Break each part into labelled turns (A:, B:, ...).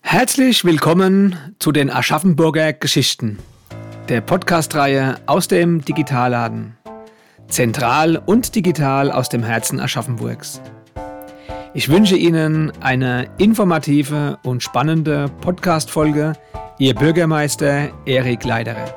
A: Herzlich willkommen zu den Aschaffenburger Geschichten, der Podcast-Reihe aus dem Digitalladen. Zentral und digital aus dem Herzen Aschaffenburgs. Ich wünsche Ihnen eine informative und spannende Podcast-Folge. Ihr Bürgermeister Erik Leiderer.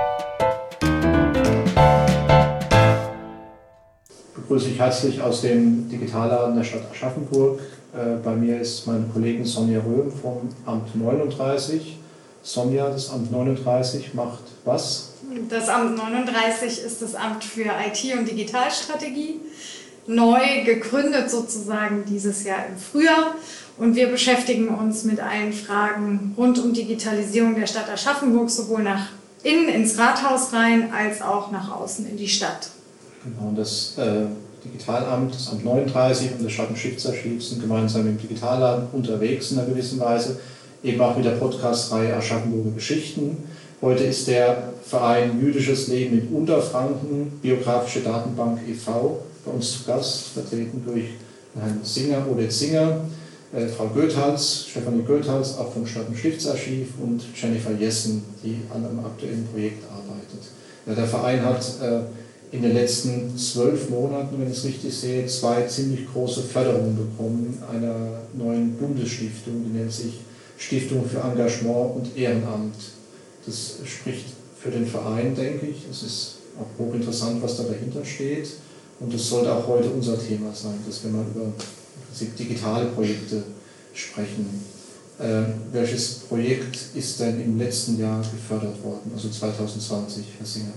B: Ich begrüße dich herzlich aus dem Digitalladen der Stadt Aschaffenburg. Bei mir ist meine Kollegin Sonja Röhm vom Amt 39. Sonja, das Amt 39 macht was?
C: Das Amt 39 ist das Amt für IT- und Digitalstrategie, neu gegründet sozusagen dieses Jahr im Frühjahr. Und wir beschäftigen uns mit allen Fragen rund um Digitalisierung der Stadt Aschaffenburg, sowohl nach innen ins Rathaus rein, als auch nach außen in die Stadt.
B: Genau, und das Digitalamt, das Amt 39 und das Stadt-und-Stiftsarchiv sind gemeinsam im Digitalladen unterwegs in einer gewissen Weise, eben auch mit der Podcast-Reihe Aschaffenburger Geschichten. Heute ist der Verein Jüdisches Leben in Unterfranken, Biografische Datenbank e.V. bei uns zu Gast, vertreten durch Herrn Singer, Odette Singer, Frau Goethals, Stefanie Goethals, auch vom Stadt-und-Stiftsarchiv und Jennifer Jessen, die an einem aktuellen Projekt arbeitet. Ja, der Verein hat in den letzten 12 Monaten, wenn ich es richtig sehe, 2 ziemlich große Förderungen bekommen einer neuen Bundesstiftung, die nennt sich Stiftung für Engagement und Ehrenamt. Das spricht für den Verein, denke ich. Es ist auch hochinteressant, was da dahinter steht. Und das sollte auch heute unser Thema sein, dass wir mal über digitale Projekte sprechen. Welches Projekt ist denn im letzten Jahr gefördert worden, also 2020, Herr Singer?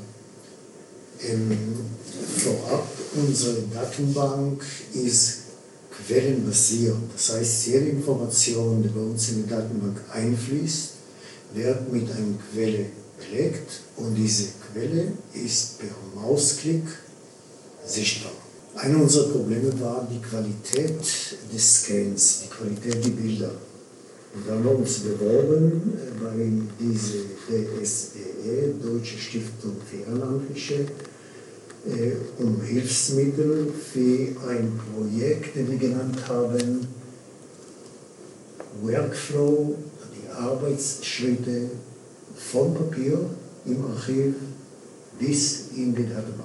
D: Vorab, unsere Datenbank ist quellenbasiert. Das heißt, jede Information, die bei uns in die Datenbank einfließt, wird mit einer Quelle belegt und diese Quelle ist per Mausklick sichtbar. Eine unserer Probleme war die Qualität des Scans, die Qualität der Bilder. Und da haben wir uns beworben bei dieser DSEE, Deutsche Stiftung für Ehrenamtliche, um Hilfsmittel für ein Projekt, das wir genannt haben, Workflow, die Arbeitsschritte vom Papier im Archiv bis in die Datenbank.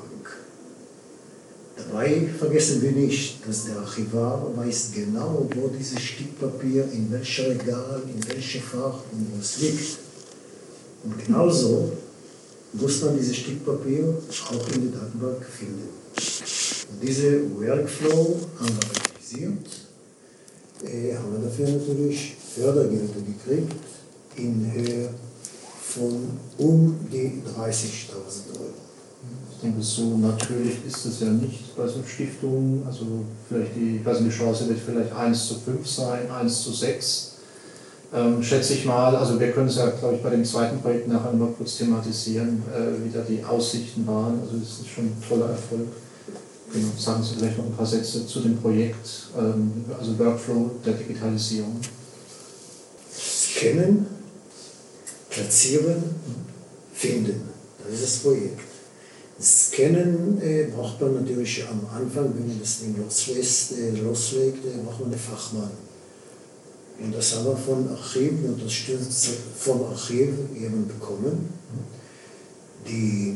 D: Dabei vergessen wir nicht, dass der Archivar weiß genau, wo dieses Stück Papier, in welchem Regal, in welchem Fach und wo es liegt. Und genauso muss man dieses Stück Papier auch in der Datenbank finden. Und diese Workflow haben wir realisiert, haben wir dafür natürlich Fördergelder gekriegt in Höhe von die 30.000 Euro.
B: Ich denke, so natürlich ist es ja nicht bei so Stiftungen. Also vielleicht die Chance wird vielleicht 1:5 sein, 1:6. Schätze ich mal. Also wir können es ja, glaube ich, bei dem zweiten Projekt nachher mal kurz thematisieren, wie da die Aussichten waren. Also das ist schon ein toller Erfolg. Genau. Sagen Sie vielleicht noch ein paar Sätze zu dem Projekt, also Workflow der Digitalisierung.
D: Scannen, platzieren, finden. Das ist das Projekt. Scannen braucht man natürlich am Anfang, wenn man das Ding loslegt, braucht man einen Fachmann. Und das haben wir von Archiv, unterstützt vom Archiv eben bekommen. Die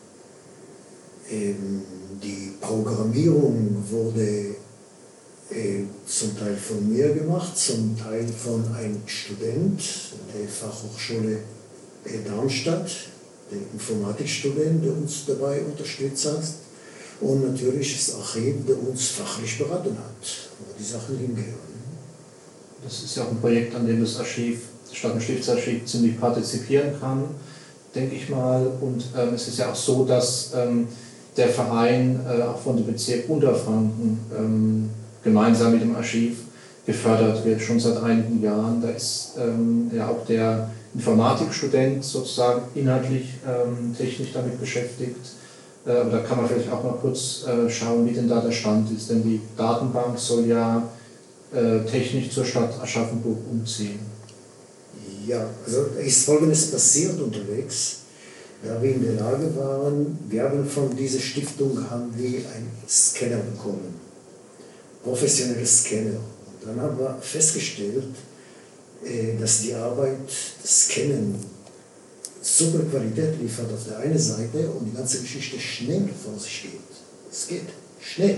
D: Programmierung wurde zum Teil von mir gemacht, zum Teil von einem Student der Fachhochschule Darmstadt, der Informatikstudent, der uns dabei unterstützt hat. Und natürlich das Archiv, der uns fachlich beraten hat, wo die Sachen hingehören.
B: Das ist ja auch ein Projekt, an dem das Archiv, das Stadt- und Stiftsarchiv, ziemlich partizipieren kann, denke ich mal. Und es ist ja auch so, dass der Verein auch von dem Bezirk Unterfranken gemeinsam mit dem Archiv gefördert wird, schon seit einigen Jahren. Da ist ja auch der Informatikstudent sozusagen inhaltlich, technisch damit beschäftigt. Aber da kann man vielleicht auch mal kurz schauen, wie denn da der Stand ist. Denn die Datenbank soll ja technisch zur Stadt Aschaffenburg umziehen.
D: Ja, also ist Folgendes passiert unterwegs. Da wir in der Lage waren, von dieser Stiftung haben wir einen Scanner bekommen, professionelle Scanner. Und dann haben wir festgestellt, dass die Arbeit, das Scannen, super Qualität liefert auf der einen Seite und die ganze Geschichte schnell vor sich geht. Es geht schnell.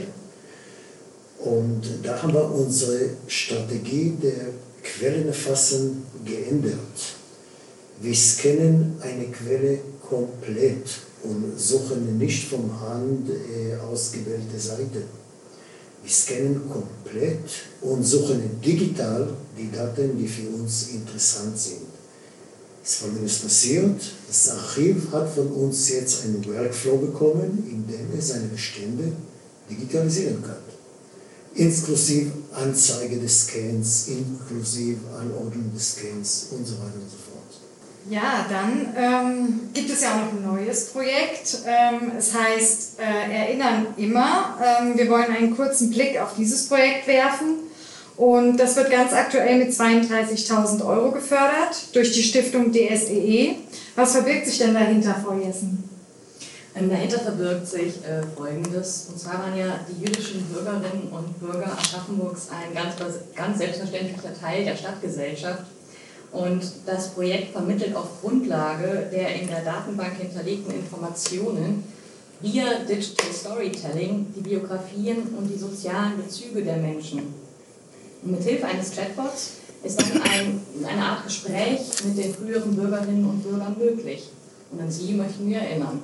D: Und da haben wir unsere Strategie der Quellenerfassung geändert. Wir scannen eine Quelle komplett und suchen nicht von Hand ausgewählte Seiten. Wir scannen komplett und suchen digital die Daten, die für uns interessant sind. Es ist Folgendes passiert: Das Archiv hat von uns jetzt einen Workflow bekommen, in dem es seine Bestände digitalisieren kann. Inklusive Anzeige des Scans, inklusive Anordnung des Scans und so weiter und so fort.
C: Ja, dann gibt es ja auch noch ein neues Projekt. Es heißt Erinnern immer. Wir wollen einen kurzen Blick auf dieses Projekt werfen. Und das wird ganz aktuell mit 32.000 € gefördert durch die Stiftung DSEE. Was verbirgt sich denn dahinter, Frau Jessen?
E: Dahinter verbirgt sich Folgendes. Und zwar waren ja die jüdischen Bürgerinnen und Bürger Aschaffenburgs ein ganz selbstverständlicher Teil der Stadtgesellschaft. Und das Projekt vermittelt auf Grundlage der in der Datenbank hinterlegten Informationen via Digital Storytelling die Biografien und die sozialen Bezüge der Menschen. Und mit Hilfe eines Chatbots ist dann eine Art Gespräch mit den früheren Bürgerinnen und Bürgern möglich. Und an sie möchten wir erinnern.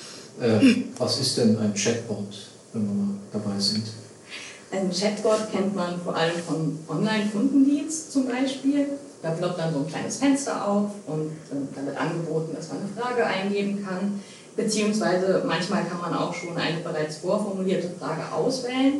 B: Was ist denn ein Chatbot, wenn wir mal dabei sind?
E: Ein Chatbot kennt man vor allem von Online-Kundendienst zum Beispiel. Da ploppt dann so ein kleines Fenster auf und dann wird angeboten, dass man eine Frage eingeben kann. Beziehungsweise manchmal kann man auch schon eine bereits vorformulierte Frage auswählen.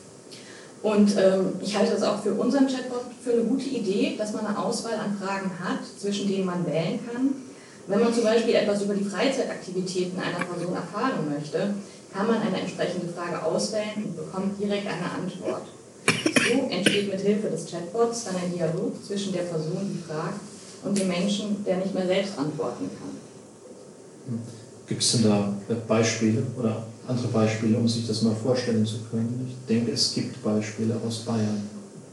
E: Und ich halte das auch für unseren Chatbot für eine gute Idee, dass man eine Auswahl an Fragen hat, zwischen denen man wählen kann. Wenn man zum Beispiel etwas über die Freizeitaktivitäten einer Person erfahren möchte, kann man eine entsprechende Frage auswählen und bekommt direkt eine Antwort. So entsteht mit Hilfe des Chatbots dann ein Dialog zwischen der Person, die fragt, und dem Menschen, der nicht mehr selbst antworten kann.
B: Gibt es denn da Beispiele oder andere Beispiele, um sich das mal vorstellen zu können? Ich denke, es gibt Beispiele aus Bayern.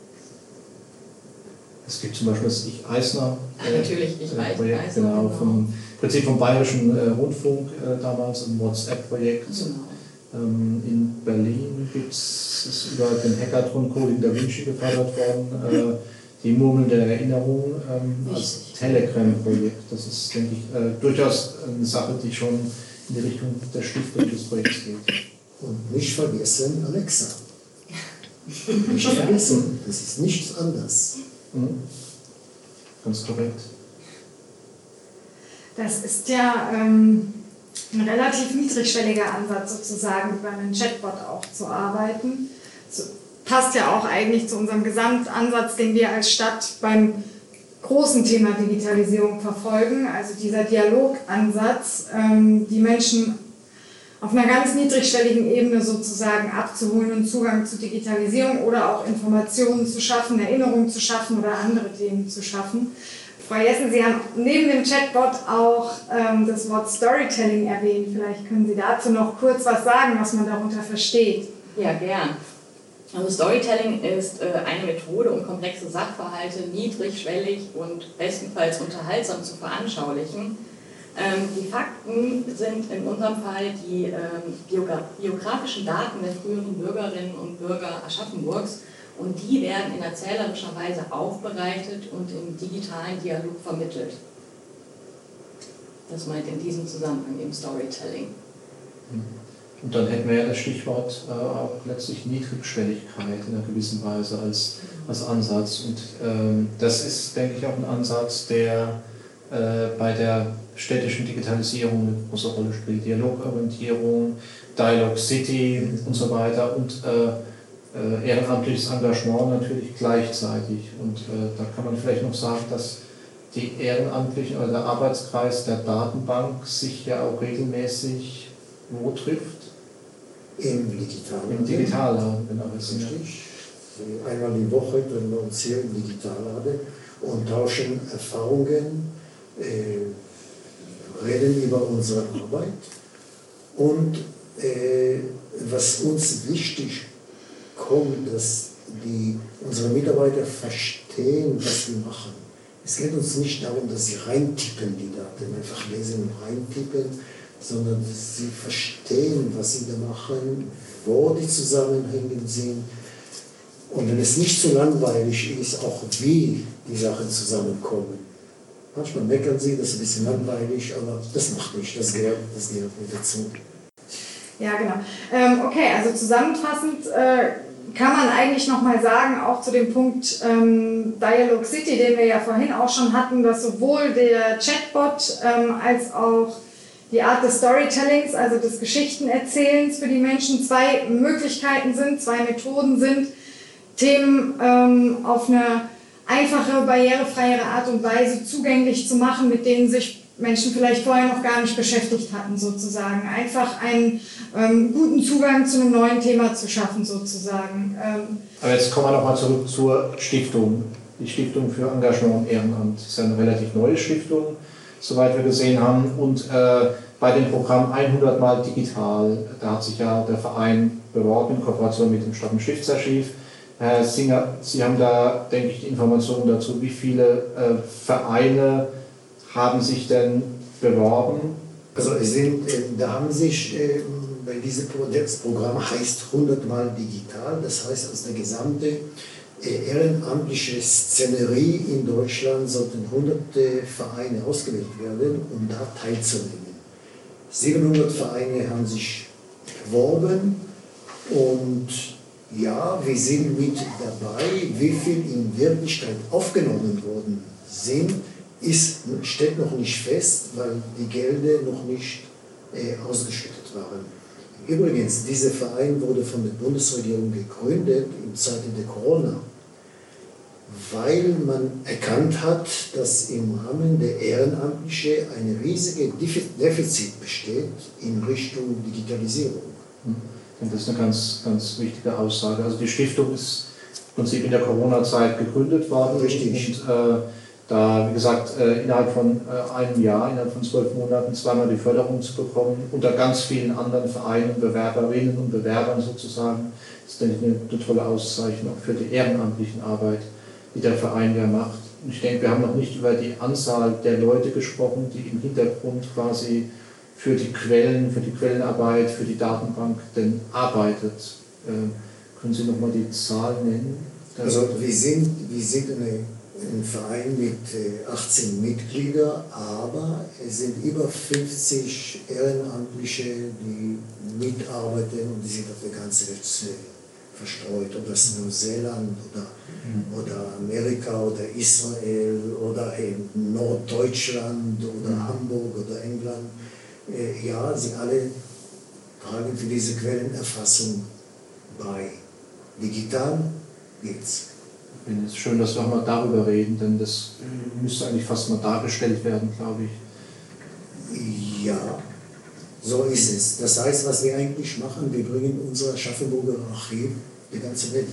B: Es gibt zum Beispiel das Ich-Eisner Projekt, genau, vom Prinzip vom Bayerischen Rundfunk damals, ein WhatsApp-Projekt.
E: Genau.
B: In Berlin ist über den Hackathon Coding Da Vinci gefördert worden, die Murmeln der Erinnerung als Telegram-Projekt. Das ist, denke ich, durchaus eine Sache, die schon in die Richtung der Stiftung des Projekts geht.
D: Und nicht vergessen Alexa. Nicht vergessen, das ist nichts anderes.
B: Mhm. Ganz korrekt.
C: Das ist ja ein relativ niedrigschwelliger Ansatz sozusagen, über einen Chatbot auch zu arbeiten. Das passt ja auch eigentlich zu unserem Gesamtansatz, den wir als Stadt beim großen Thema Digitalisierung verfolgen. Also dieser Dialogansatz, die Menschen auf einer ganz niedrigschwelligen Ebene sozusagen abzuholen und Zugang zu Digitalisierung oder auch Informationen zu schaffen, Erinnerungen zu schaffen oder andere Themen zu schaffen. Frau Jessen, Sie haben neben dem Chatbot auch das Wort Storytelling erwähnt. Vielleicht können Sie dazu noch kurz was sagen, was man darunter versteht.
E: Ja, gern. Also Storytelling ist eine Methode, um komplexe Sachverhalte niedrigschwellig und bestenfalls unterhaltsam zu veranschaulichen. Die Fakten sind in unserem Fall die biografischen Daten der früheren Bürgerinnen und Bürger Aschaffenburgs, und die werden in erzählerischer Weise aufbereitet und im digitalen Dialog vermittelt. Das meint in diesem Zusammenhang eben Storytelling.
B: Und dann hätten wir ja das Stichwort auch letztlich Niedrigschwelligkeit in einer gewissen Weise als Ansatz. Und das ist, denke ich, auch ein Ansatz, der bei der städtischen Digitalisierung eine große Rolle spielt. Dialogorientierung, Dialog City und so weiter und ehrenamtliches Engagement natürlich gleichzeitig. Und da kann man vielleicht noch sagen, dass die Ehrenamtlichen oder der Arbeitskreis der Datenbank sich ja auch regelmäßig wo trifft?
D: Im Digitalladen.
B: Im Digitalladen, genau.
D: Richtig. Einmal die Woche treffen wir uns hier im Digitalladen und tauschen Erfahrungen, reden über unsere Arbeit und was uns wichtig kommt, dass unsere Mitarbeiter verstehen, was wir machen. Es geht uns nicht darum, dass sie reintippen, die Daten, einfach lesen und reintippen, sondern dass sie verstehen, was sie da machen, wo die Zusammenhänge sind. Und wenn es nicht zu langweilig ist, auch wie die Sachen zusammenkommen. Manchmal meckern sie, das ist ein bisschen langweilig, aber das macht nichts, das gehört mit dazu.
C: Ja, genau. Okay, also zusammenfassend kann man eigentlich nochmal sagen, auch zu dem Punkt Dialog City, den wir ja vorhin auch schon hatten, dass sowohl der Chatbot als auch die Art des Storytellings, also des Geschichtenerzählens für die Menschen zwei Möglichkeiten sind, zwei Methoden sind, Themen auf eine einfache, barrierefreiere Art und Weise zugänglich zu machen, mit denen sich Menschen vielleicht vorher noch gar nicht beschäftigt hatten, sozusagen. Einfach einen guten Zugang zu einem neuen Thema zu schaffen, sozusagen.
B: Aber jetzt kommen wir nochmal zurück zur Stiftung. Die Stiftung für Engagement und Ehrenamt ist ja eine relativ neue Stiftung, soweit wir gesehen haben. Und bei dem Programm 100 Mal digital, da hat sich ja der Verein beworben in Kooperation mit dem Stadt- und Stiftsarchiv. Herr Singer, Sie haben da, denke ich, die Informationen dazu, wie viele Vereine haben sich denn beworben?
D: Also da haben sich bei diesem Programm heißt 100 Mal digital, das heißt aus der gesamten ehrenamtliche Szenerie in Deutschland sollten hunderte Vereine ausgewählt werden, um da teilzunehmen. 700 Vereine haben sich beworben und ja, wir sind mit dabei. Wie viel in Wirklichkeit aufgenommen worden sind, steht noch nicht fest, weil die Gelder noch nicht ausgeschüttet waren. Übrigens, dieser Verein wurde von der Bundesregierung gegründet in Zeiten der Corona, weil man erkannt hat, dass im Rahmen der Ehrenamtlichen ein riesiges Defizit besteht in Richtung Digitalisierung.
B: Das ist eine ganz, ganz wichtige Aussage. Also die Stiftung ist im Prinzip in der Corona-Zeit gegründet worden.
D: Richtig.
B: Und da, wie gesagt, innerhalb von einem Jahr, innerhalb von 12 Monaten zweimal die Förderung zu bekommen, unter ganz vielen anderen Vereinen, Bewerberinnen und Bewerbern sozusagen, ist, denke ich, eine tolle Auszeichnung für die ehrenamtliche Arbeit, die der Verein ja macht. Und ich denke, wir haben noch nicht über die Anzahl der Leute gesprochen, die im Hintergrund quasi für die Quellenarbeit, für die Datenbank denn arbeitet. Können Sie nochmal die Zahl nennen?
D: Also wir sind ein Verein mit 18 Mitgliedern, aber es sind über 50 Ehrenamtliche, die mitarbeiten und die sind auf der ganzen Welt verstreut, ob das Neuseeland oder Amerika oder Israel oder eben Norddeutschland oder Hamburg oder England. Ja, sie alle tragen für diese Quellenerfassung bei. Digital geht's.
B: Es ist schön, dass wir auch mal darüber reden, denn das müsste eigentlich fast mal dargestellt werden, glaube ich.
D: Ja, so ist es. Das heißt, was wir eigentlich machen, wir bringen unser Aschaffenburger Archiv die ganze Welt.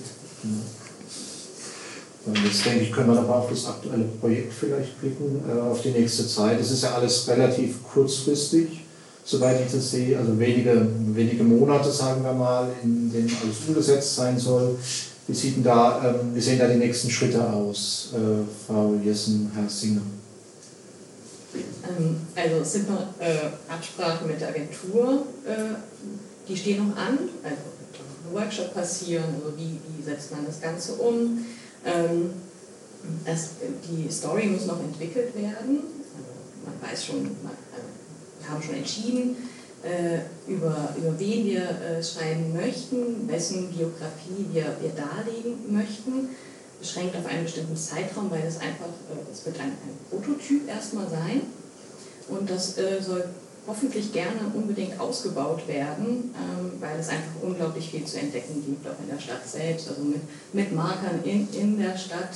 B: Und jetzt denke ich, können wir aber auf das aktuelle Projekt vielleicht blicken, auf die nächste Zeit. Es ist ja alles relativ kurzfristig, soweit ich das sehe, also wenige Monate, sagen wir mal, in denen alles umgesetzt sein soll. Wie sehen da die nächsten Schritte aus, Frau Jessen, Herr Singer?
E: Also es sind noch Absprachen mit der Agentur, die stehen noch an. Also ein Workshop passieren, also wie setzt man das Ganze um. Die Story muss noch entwickelt werden. Also man weiß schon, wir haben schon entschieden, über wen wir schreiben möchten, wessen Biografie wir darlegen möchten, beschränkt auf einen bestimmten Zeitraum, weil es einfach, es wird ein Prototyp erstmal sein und das soll hoffentlich gerne unbedingt ausgebaut werden, weil es einfach unglaublich viel zu entdecken gibt, auch in der Stadt selbst, also mit Markern in der Stadt,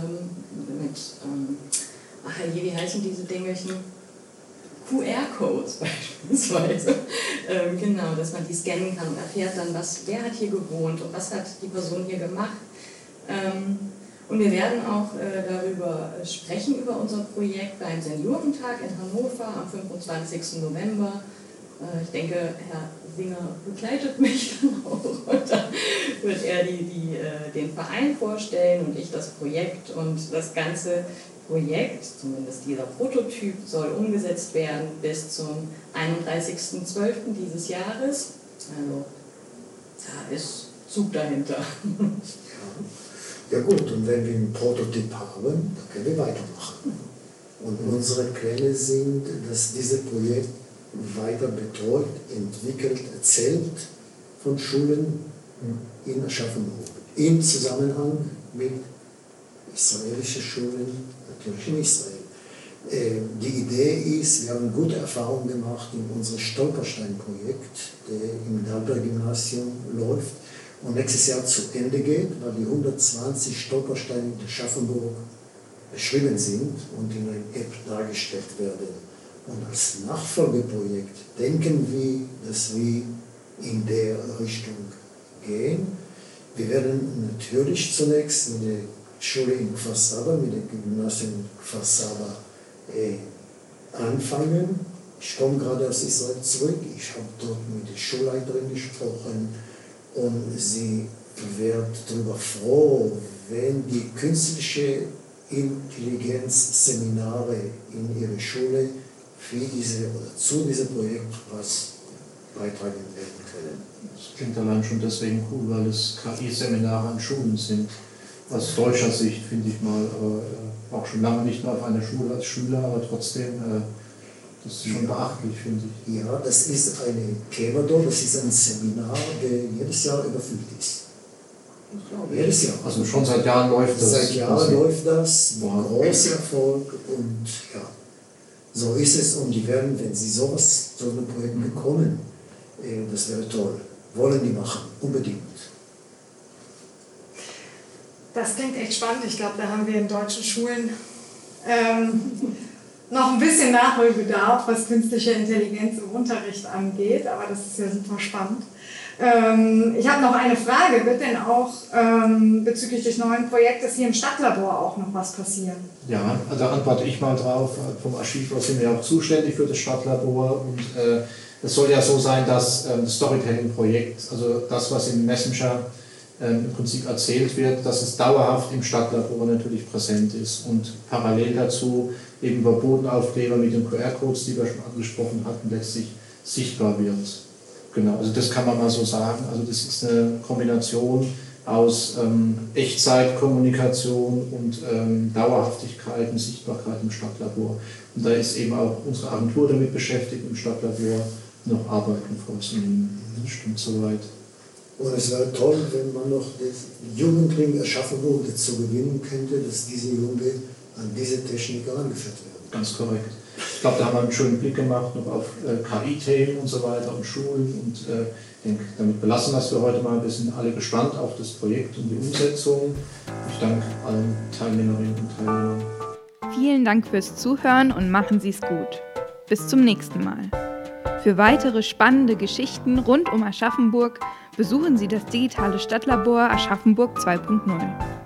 E: wie heißen diese Dingelchen? QR-Codes beispielsweise, genau, dass man die scannen kann und erfährt dann, wer hat hier gewohnt und was hat die Person hier gemacht. Und wir werden auch darüber sprechen, über unser Projekt beim Seniorentag in Hannover am 25. November. Ich denke, Herr Singer begleitet mich dann auch und dann wird er den Verein vorstellen und ich das Projekt und das Ganze Projekt, zumindest dieser Prototyp, soll umgesetzt werden bis zum 31.12. dieses Jahres. Also da ist Zug dahinter.
D: Ja gut, und wenn wir einen Prototyp haben, dann können wir weitermachen. Und unsere Pläne sind, dass dieses Projekt weiter betreut, entwickelt, erzählt von Schulen in Aschaffenburg. Im Zusammenhang mit israelischen Schulen, natürlich in Israel. Die Idee ist, wir haben gute Erfahrungen gemacht in unserem Stolperstein-Projekt, der im Dalberg-Gymnasium läuft und nächstes Jahr zu Ende geht, weil die 120 Stolpersteine in Aschaffenburg beschrieben sind und in einer App dargestellt werden. Und als Nachfolgeprojekt denken wir, dass wir in der Richtung gehen. Wir werden natürlich zunächst mit der Schule in Kfar Saba, mit dem Gymnasium in Kfar Saba anfangen. Ich komme gerade aus Israel zurück, ich habe dort mit der Schulleiterin gesprochen und sie wird darüber froh, wenn die künstliche Intelligenzseminare in ihrer Schule für diese oder zu diesem Projekt was beitragen werden können.
B: Das klingt allein schon deswegen cool, weil es KI-Seminare an Schulen sind. Aus deutscher Sicht finde ich mal, aber auch schon lange nicht mehr auf einer Schule als Schüler, aber trotzdem, das ist schon beachtlich, finde ich.
D: Ja, das ist eine Kevador, das ist ein Seminar, der jedes Jahr überfüllt ist. Jedes Jahr.
B: Also schon seit Jahren läuft das.
D: Seit Jahren läuft das, mit großem Erfolg und ja, so ist es und die werden, wenn sie so ein Projekt bekommen, das wäre toll. Wollen die machen, unbedingt.
C: Das klingt echt spannend. Ich glaube, da haben wir in deutschen Schulen noch ein bisschen Nachholbedarf, was künstliche Intelligenz im Unterricht angeht, aber das ist ja super spannend. Ich habe noch eine Frage. Wird denn auch bezüglich des neuen Projektes hier im Stadtlabor auch noch was passieren?
B: Ja, da antworte ich mal drauf. Vom Archiv aus sind wir auch zuständig für das Stadtlabor und es soll ja so sein, dass das Storytelling-Projekt, also das, was im Messenger im Prinzip erzählt wird, dass es dauerhaft im Stadtlabor natürlich präsent ist und parallel dazu eben über Bodenaufkleber mit den QR-Codes, die wir schon angesprochen hatten, letztlich sichtbar wird. Genau, also das kann man mal so sagen. Also das ist eine Kombination aus Echtzeitkommunikation und Dauerhaftigkeit und Sichtbarkeit im Stadtlabor. Und da ist eben auch unsere Agentur damit beschäftigt, im Stadtlabor noch Arbeiten vorzunehmen. Das stimmt soweit.
D: Und es wäre toll, wenn man noch die Jugendlichen Aschaffenburg dazu gewinnen könnte, dass diese Jungen an diese Technik herangeführt werden.
B: Ganz korrekt. Ich glaube, da haben wir einen schönen Blick gemacht noch auf KI-Themen und so weiter und Schulen. Und ich denke, damit belassen wir es für heute mal. Wir sind alle gespannt auf das Projekt und die Umsetzung. Ich danke allen Teilnehmerinnen und Teilnehmern.
F: Vielen Dank fürs Zuhören und machen Sie es gut. Bis zum nächsten Mal. Für weitere spannende Geschichten rund um Aschaffenburg besuchen Sie das digitale Stadtlabor Aschaffenburg 2.0.